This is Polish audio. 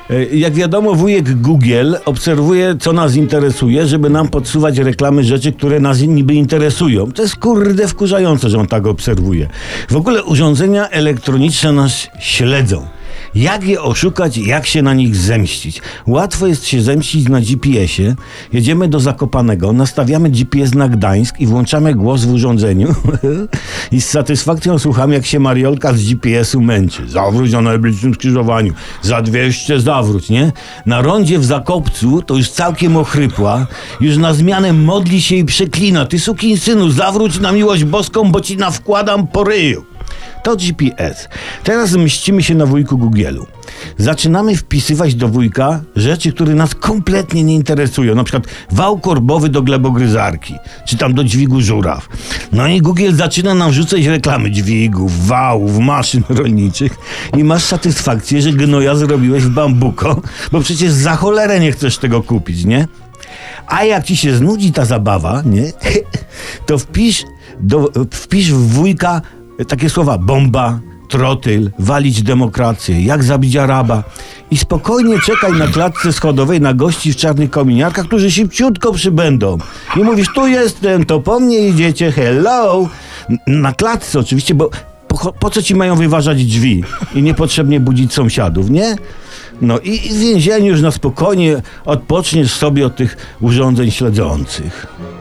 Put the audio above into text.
Jak wiadomo, wujek Google obserwuje, co nas interesuje, żeby nam podsuwać reklamy rzeczy, które nas niby interesują. To jest kurde wkurzające, że on tak obserwuje. W ogóle urządzenia elektroniczne nas śledzą. Jak je oszukać, jak się na nich zemścić? Łatwo jest się zemścić na GPS-ie. Jedziemy do Zakopanego, nastawiamy GPS na Gdańsk i włączamy głos w urządzeniu i z satysfakcją słuchamy, jak się Mariolka z GPS-u męczy. Zawróć na najbliższym skrzyżowaniu. Za 200 zawróć, nie? Na rondzie w Zakopcu to już całkiem ochrypła. Już na zmianę modli się i przeklina. Ty sukinsynu, zawróć na miłość boską, bo ci nawkładam po ryju. To GPS. Teraz mścimy się na wujku Googleu. Zaczynamy wpisywać do wujka rzeczy, które nas kompletnie nie interesują. Na przykład wał korbowy do glebogryzarki, czy tam do dźwigu żuraw. No i Google zaczyna nam rzucać reklamy dźwigów, wałów, maszyn rolniczych i masz satysfakcję, że gnoja zrobiłeś w bambuko, bo przecież za cholerę nie chcesz tego kupić, nie? A jak ci się znudzi ta zabawa, nie? To wpisz w wujka takie słowa: bomba, trotyl, walić demokrację, jak zabić Araba. I spokojnie czekaj na klatce schodowej na gości w czarnych kominiarkach, którzy szybciutko przybędą. I mówisz: tu jestem, to po mnie idziecie, hello. Na klatce oczywiście, bo po co ci mają wyważać drzwi i niepotrzebnie budzić sąsiadów, nie? No i w więzieniu już na spokojnie odpoczniesz sobie od tych urządzeń śledzących.